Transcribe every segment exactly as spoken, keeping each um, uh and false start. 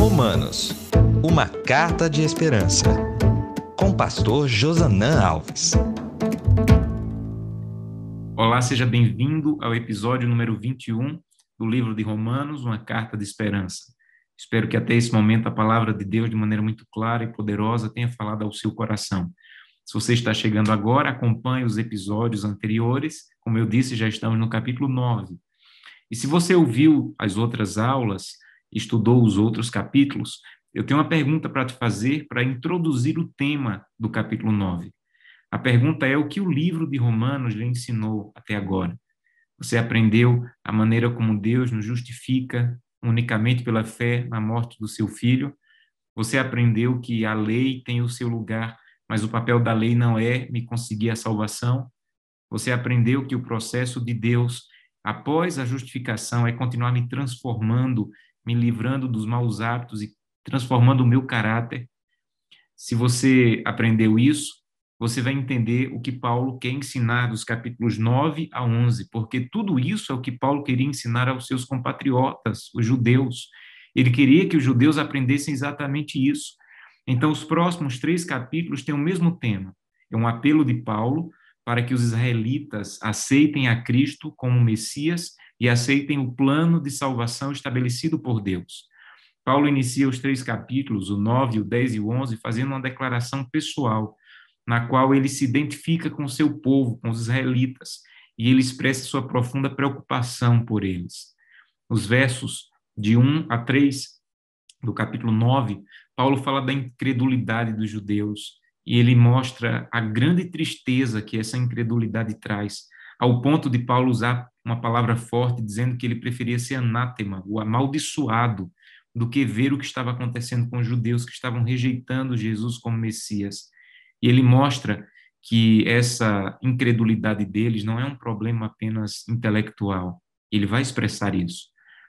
Romanos, uma carta de esperança, com o pastor Josanã Alves. Olá, seja bem-vindo ao episódio número vinte e um do livro de Romanos, uma carta de esperança. Espero que até esse momento a palavra de Deus, de maneira muito clara e poderosa, tenha falado ao seu coração. Se você está chegando agora, acompanhe os episódios anteriores. Como eu disse, já estamos no capítulo nove. E se você ouviu as outras aulas, estudou os outros capítulos, eu tenho uma pergunta para te fazer para introduzir o tema do capítulo nove. A pergunta é: o que o livro de Romanos lhe ensinou até agora? Você aprendeu a maneira como Deus nos justifica unicamente pela fé na morte do seu filho? Você aprendeu que a lei tem o seu lugar, mas o papel da lei não é me conseguir a salvação? Você aprendeu que o processo de Deus, após a justificação, é continuar me transformando, me livrando dos maus hábitos e transformando o meu caráter? Se você aprendeu isso, você vai entender o que Paulo quer ensinar dos capítulos nove a onze, porque tudo isso é o que Paulo queria ensinar aos seus compatriotas, os judeus. Ele queria que os judeus aprendessem exatamente isso. Então, os próximos três capítulos têm o mesmo tema. É um apelo de Paulo para que os israelitas aceitem a Cristo como Messias e aceitem o plano de salvação estabelecido por Deus. Paulo inicia os três capítulos, o nove, o dez e o onze, fazendo uma declaração pessoal, na qual ele se identifica com o seu povo, com os israelitas, e ele expressa sua profunda preocupação por eles. Os versos de um a três do capítulo nove, Paulo fala da incredulidade dos judeus, e ele mostra a grande tristeza que essa incredulidade traz, ao ponto de Paulo usar uma palavra forte, dizendo que ele preferia ser anátema, o amaldiçoado, do que ver o que estava acontecendo com os judeus que estavam rejeitando Jesus como Messias. E ele mostra que essa incredulidade deles não é um problema apenas intelectual. Ele vai expressar isso.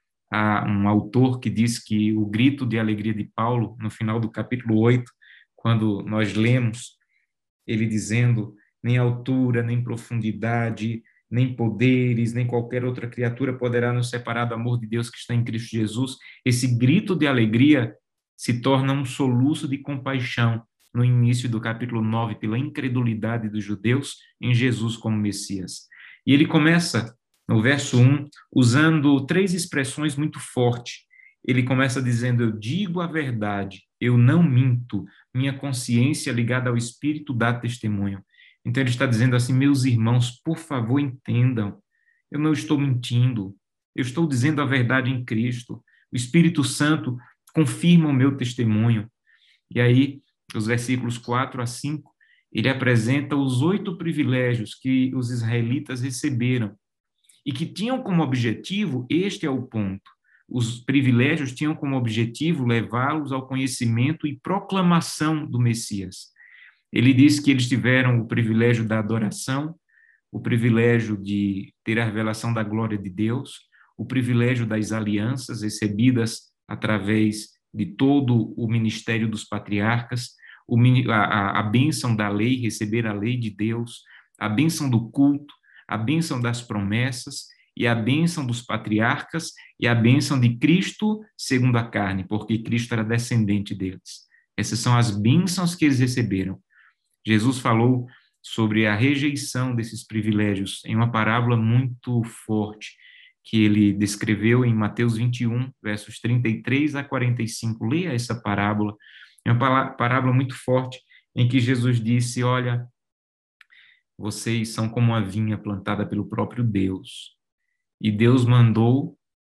Há um autor que diz que o grito de alegria de Paulo, no final do capítulo oito, quando nós lemos ele dizendo: nem altura, nem profundidade, nem poderes, nem qualquer outra criatura poderá nos separar do amor de Deus que está em Cristo Jesus. Esse grito de alegria se torna um soluço de compaixão no início do capítulo nove, pela incredulidade dos judeus em Jesus como Messias. E ele começa, no verso um, usando três expressões muito fortes. Ele começa dizendo: eu digo a verdade, eu não minto, minha consciência ligada ao Espírito dá testemunho. Então ele está dizendo assim: meus irmãos, por favor, entendam, eu não estou mentindo, eu estou dizendo a verdade em Cristo. O Espírito Santo confirma o meu testemunho. E aí, os versículos quatro a cinco, ele apresenta os oito privilégios que os israelitas receberam e que tinham como objetivo, este é o ponto, os privilégios tinham como objetivo levá-los ao conhecimento e proclamação do Messias. Ele diz que eles tiveram o privilégio da adoração, o privilégio de ter a revelação da glória de Deus, o privilégio das alianças recebidas através de todo o ministério dos patriarcas, o, a, a bênção da lei, receber a lei de Deus, a bênção do culto, a bênção das promessas e a bênção dos patriarcas e a bênção de Cristo segundo a carne, porque Cristo era descendente deles. Essas são as bênçãos que eles receberam. Jesus falou sobre a rejeição desses privilégios em uma parábola muito forte que ele descreveu em Mateus vinte e um, versos trinta e três a quarenta e cinco. Leia essa parábola. É uma parábola muito forte em que Jesus disse: olha, vocês são como uma vinha plantada pelo próprio Deus. E Deus mandou,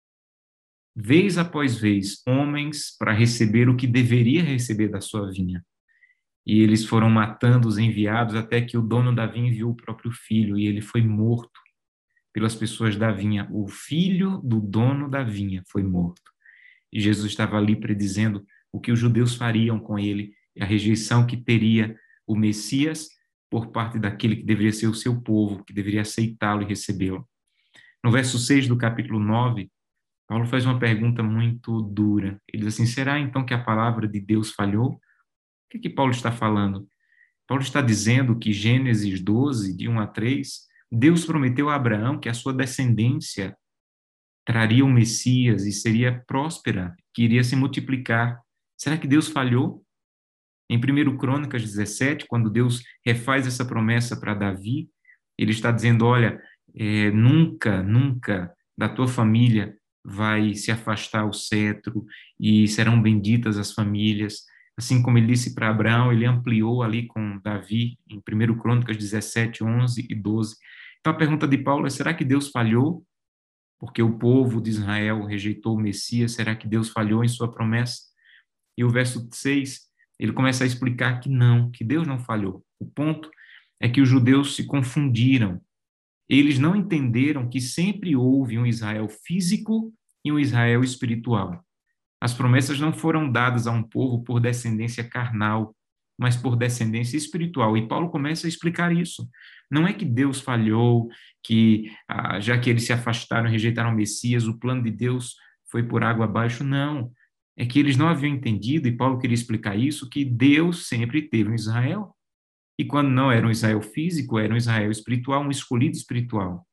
vez após vez, homens para receber o que deveria receber da sua vinha. E eles foram matando os enviados até que o dono da vinha enviou o próprio filho, e ele foi morto pelas pessoas da vinha. O filho do dono da vinha foi morto. E Jesus estava ali predizendo o que os judeus fariam com ele, e a rejeição que teria o Messias por parte daquele que deveria ser o seu povo, que deveria aceitá-lo e recebê-lo. No verso seis do capítulo nove, Paulo faz uma pergunta muito dura. Ele diz assim: será então que a palavra de Deus falhou? O que, que Paulo está falando? Paulo está dizendo que Gênesis doze, de um a três, Deus prometeu a Abraão que a sua descendência traria o Messias e seria próspera, que iria se multiplicar. Será que Deus falhou? Em primeiro Crônicas dezessete, quando Deus refaz essa promessa para Davi, ele está dizendo, olha, é, nunca, nunca da tua família vai se afastar o cetro e serão benditas as famílias. Assim como ele disse para Abraão, ele ampliou ali com Davi, em primeiro Crônicas dezessete, onze e doze. Então a pergunta de Paulo é, será que Deus falhou? Porque o povo de Israel rejeitou o Messias, será que Deus falhou em sua promessa? E o verso seis, ele começa a explicar que não, que Deus não falhou. O ponto é que os judeus se confundiram. Eles não entenderam que sempre houve um Israel físico e um Israel espiritual. As promessas não foram dadas a um povo por descendência carnal, mas por descendência espiritual. E Paulo começa a explicar isso. Não é que Deus falhou, que ah, já que eles se afastaram e rejeitaram o Messias, o plano de Deus foi por água abaixo. Não. É que eles não haviam entendido, e Paulo queria explicar isso, que Deus sempre teve um Israel. E quando não era um Israel físico, era um Israel espiritual, um escolhido espiritual.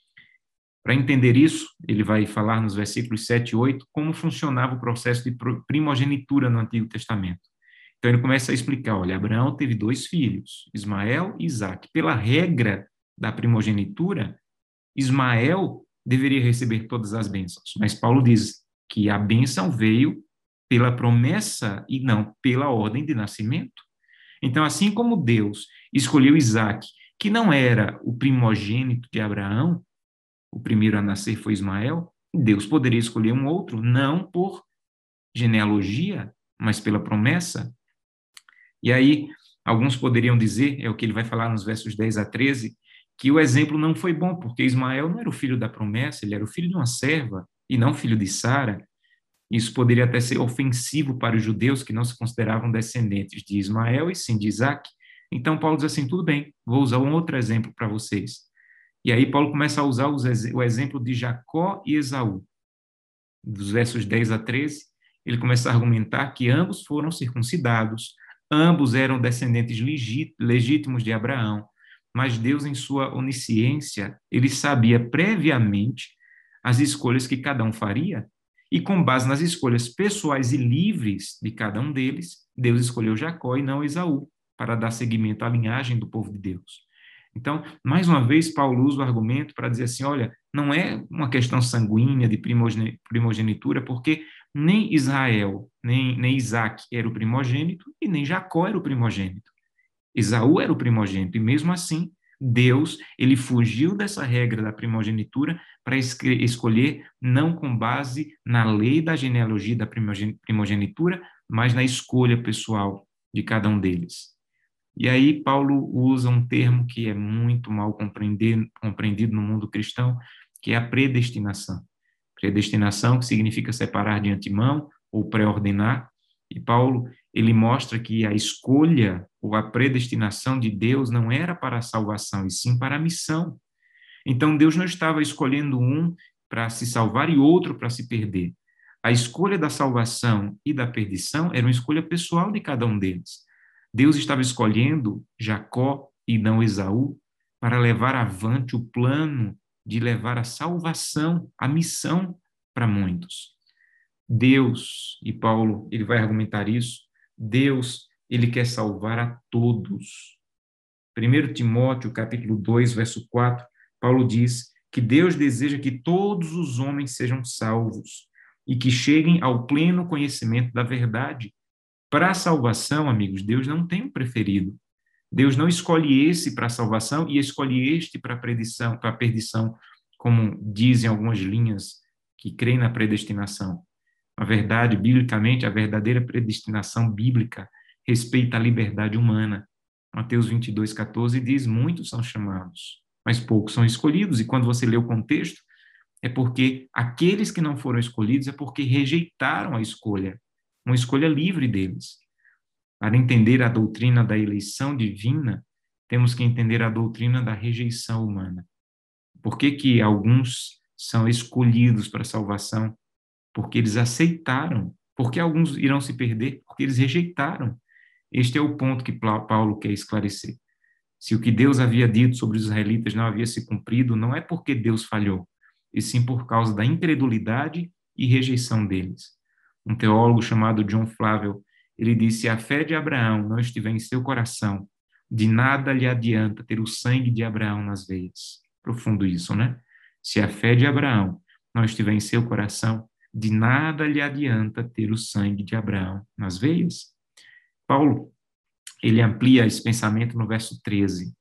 Para entender isso, ele vai falar nos versículos sete e oito como funcionava o processo de primogenitura no Antigo Testamento. Então ele começa a explicar, olha, Abraão teve dois filhos, Ismael e Isaque. Pela regra da primogenitura, Ismael deveria receber todas as bênçãos, mas Paulo diz que a bênção veio pela promessa e não pela ordem de nascimento. Então, assim como Deus escolheu Isaque, que não era o primogênito de Abraão, o primeiro a nascer foi Ismael, Deus poderia escolher um outro, não por genealogia, mas pela promessa. E aí, alguns poderiam dizer, é o que ele vai falar nos versos dez a treze, que o exemplo não foi bom, porque Ismael não era o filho da promessa, ele era o filho de uma serva, e não filho de Sara. Isso poderia até ser ofensivo para os judeus que não se consideravam descendentes de Ismael e sim de Isaque. Então, Paulo diz assim, tudo bem, vou usar um outro exemplo para vocês. E aí Paulo começa a usar o exemplo de Jacó e Esaú. Dos versos dez a treze, ele começa a argumentar que ambos foram circuncidados, ambos eram descendentes legítimos de Abraão, mas Deus, em sua onisciência, ele sabia previamente as escolhas que cada um faria, e com base nas escolhas pessoais e livres de cada um deles, Deus escolheu Jacó e não Esaú, para dar seguimento à linhagem do povo de Deus. Então, mais uma vez, Paulo usa o argumento para dizer assim, olha, não é uma questão sanguínea de primogenitura, porque nem Israel, nem, nem Isaque era o primogênito e nem Jacó era o primogênito. Esaú era o primogênito, e mesmo assim, Deus, ele fugiu dessa regra da primogenitura para escolher não com base na lei da genealogia da primogenitura, mas na escolha pessoal de cada um deles. E aí Paulo usa um termo que é muito mal compreendido, compreendido no mundo cristão, que é a predestinação. Predestinação, que significa separar de antemão ou pré-ordenar. E Paulo, ele mostra que a escolha ou a predestinação de Deus não era para a salvação, e sim para a missão. Então Deus não estava escolhendo um para se salvar e outro para se perder. A escolha da salvação e da perdição era uma escolha pessoal de cada um deles. Deus estava escolhendo Jacó e não Esaú para levar avante o plano de levar a salvação, a missão para muitos. Deus, e Paulo ele vai argumentar isso, Deus ele quer salvar a todos. primeiro Timóteo, capítulo dois, verso quatro, Paulo diz que Deus deseja que todos os homens sejam salvos e que cheguem ao pleno conhecimento da verdade. Para a salvação, amigos, Deus não tem um preferido. Deus não escolhe esse para a salvação e escolhe este para a perdição, para a perdição, como dizem algumas linhas que creem na predestinação. A verdade, biblicamente, a verdadeira predestinação bíblica respeita a liberdade humana. Mateus vinte e dois, quatorze diz, muitos são chamados, mas poucos são escolhidos. E quando você lê o contexto, é porque aqueles que não foram escolhidos é porque rejeitaram a escolha, uma escolha livre deles. Para entender a doutrina da eleição divina, temos que entender a doutrina da rejeição humana. Por que que alguns são escolhidos para a salvação? Porque eles aceitaram. Por que alguns irão se perder? Porque eles rejeitaram. Este é o ponto que Paulo quer esclarecer. Se o que Deus havia dito sobre os israelitas não havia se cumprido, não é porque Deus falhou, e sim por causa da incredulidade e rejeição deles. Um teólogo chamado John Flavel, ele disse: a fé de Abraão não estiver em seu coração, de nada lhe adianta ter o sangue de Abraão nas veias. Profundo isso, né? Se a fé de Abraão não estiver em seu coração, de nada lhe adianta ter o sangue de Abraão nas veias. Paulo, ele amplia esse pensamento no verso treze,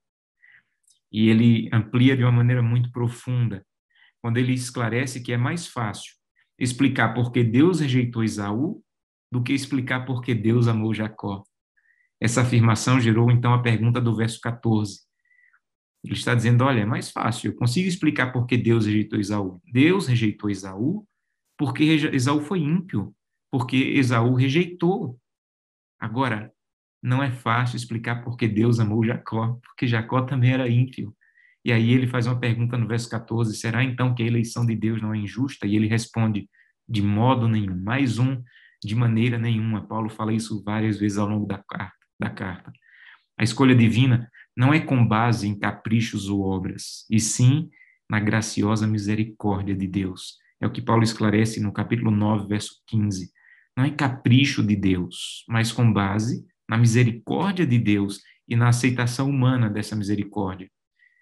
e ele amplia de uma maneira muito profunda, quando ele esclarece que é mais fácil explicar por que Deus rejeitou Esaú do que explicar por que Deus amou Jacó. Essa afirmação gerou, então, a pergunta do verso quatorze. Ele está dizendo, olha, é mais fácil, eu consigo explicar por que Deus rejeitou Esaú. Deus rejeitou Esaú porque Esaú foi ímpio, porque Esaú rejeitou. Agora, não é fácil explicar por que Deus amou Jacó, porque Jacó também era ímpio. E aí ele faz uma pergunta no verso quatorze, será então que a eleição de Deus não é injusta? E ele responde, de modo nenhum. Mais um, de maneira nenhuma. Paulo fala isso várias vezes ao longo da carta. Da carta. A escolha divina não é com base em caprichos ou obras, e sim na graciosa misericórdia de Deus. É o que Paulo esclarece no capítulo nove, verso quinze. Não é capricho de Deus, mas com base na misericórdia de Deus e na aceitação humana dessa misericórdia.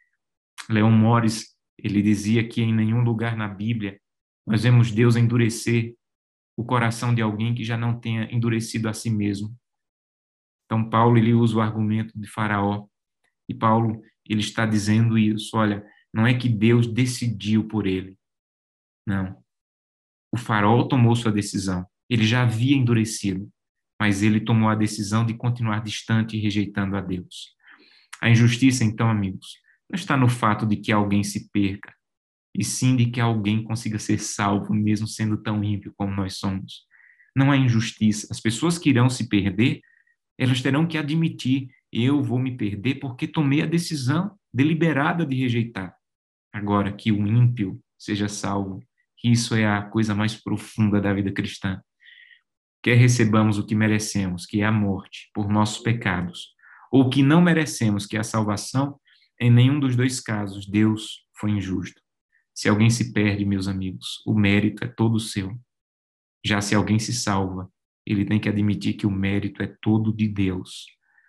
Leon Morris, ele dizia que em nenhum lugar na Bíblia nós vemos Deus endurecer o coração de alguém que já não tenha endurecido a si mesmo. Então, Paulo, ele usa o argumento de Faraó, e Paulo, ele está dizendo isso, olha, não é que Deus decidiu por ele, não. O Faraó tomou sua decisão, ele já havia endurecido, mas ele tomou a decisão de continuar distante e rejeitando a Deus. A injustiça, então, amigos, não está no fato de que alguém se perca, e sim de que alguém consiga ser salvo, mesmo sendo tão ímpio como nós somos. Não há injustiça. As pessoas que irão se perder, elas terão que admitir, eu vou me perder porque tomei a decisão deliberada de rejeitar. Agora, que o ímpio seja salvo, isso é a coisa mais profunda da vida cristã. Quer recebamos o que merecemos, que é a morte por nossos pecados, ou que não merecemos, que é a salvação, em nenhum dos dois casos Deus foi injusto. Se alguém se perde, meus amigos, o mérito é todo seu. Já se alguém se salva, ele tem que admitir que o mérito é todo de Deus.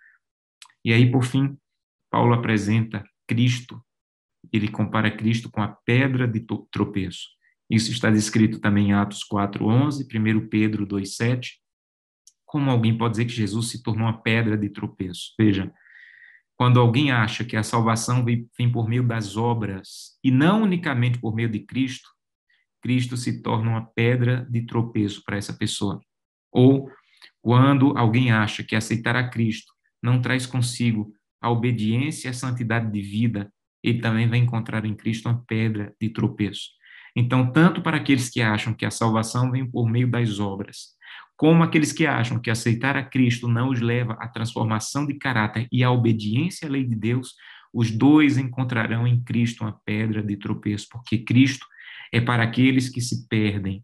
E aí, por fim, Paulo apresenta Cristo. Ele compara Cristo com a pedra de tropeço. Isso está descrito também em Atos quatro, onze, primeiro Pedro dois, sete. Como alguém pode dizer que Jesus se tornou uma pedra de tropeço? Veja, quando alguém acha que a salvação vem, vem por meio das obras e não unicamente por meio de Cristo, Cristo se torna uma pedra de tropeço para essa pessoa. Ou quando alguém acha que aceitar a Cristo não traz consigo a obediência e a santidade de vida, ele também vai encontrar em Cristo uma pedra de tropeço. Então, tanto para aqueles que acham que a salvação vem por meio das obras, como aqueles que acham que aceitar a Cristo não os leva à transformação de caráter e à obediência à lei de Deus, os dois encontrarão em Cristo uma pedra de tropeço, porque Cristo é para aqueles que se perdem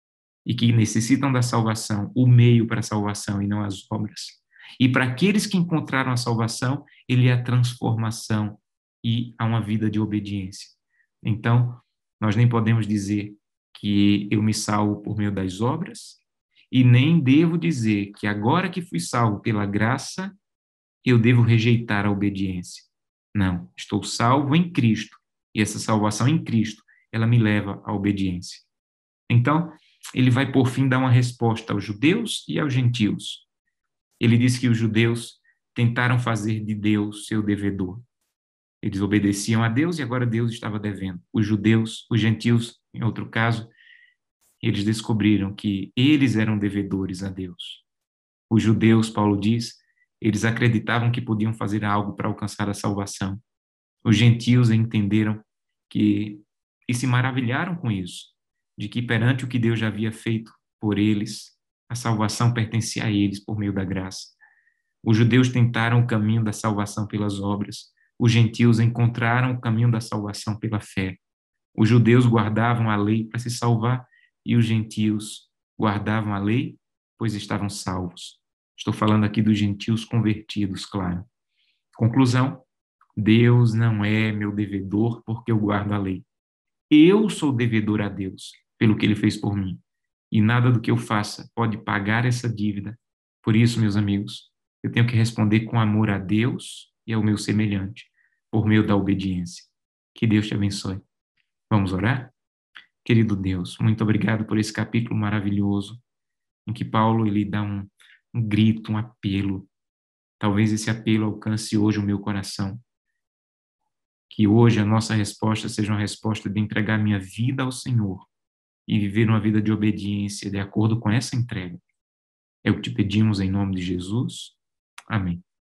e que necessitam da salvação, o meio para a salvação e não as obras. E para aqueles que encontraram a salvação, ele é a transformação e há uma vida de obediência. Então, nós nem podemos dizer que eu me salvo por meio das obras e nem devo dizer que agora que fui salvo pela graça, eu devo rejeitar a obediência. Não, estou salvo em Cristo e essa salvação em Cristo, ela me leva à obediência. Então, ele vai, por fim, dar uma resposta aos judeus e aos gentios. Ele diz que os judeus tentaram fazer de Deus seu devedor. Eles obedeciam a Deus e agora Deus estava devendo. Os judeus, os gentios, em outro caso, eles descobriram que eles eram devedores a Deus. Os judeus, Paulo diz, eles acreditavam que podiam fazer algo para alcançar a salvação. Os gentios entenderam que, e se maravilharam com isso, de que perante o que Deus já havia feito por eles, a salvação pertencia a eles por meio da graça. Os judeus tentaram o caminho da salvação pelas obras, os gentios encontraram o caminho da salvação pela fé. Os judeus guardavam a lei para se salvar e os gentios guardavam a lei, pois estavam salvos. Estou falando aqui dos gentios convertidos, claro. Conclusão, Deus não é meu devedor porque eu guardo a lei. eu sou devedor a Deus pelo que ele fez por mim. E nada do que eu faça pode pagar essa dívida. Por isso, meus amigos, eu tenho que responder com amor a Deus e ao meu semelhante, por meio da obediência. Que Deus te abençoe. Vamos orar? Querido Deus, muito obrigado por esse capítulo maravilhoso, em que Paulo ele dá um, um grito, um apelo. Talvez esse apelo alcance hoje o meu coração. Que hoje a nossa resposta seja uma resposta de entregar minha vida ao Senhor e viver uma vida de obediência de acordo com essa entrega. É o que te pedimos em nome de Jesus. Amém.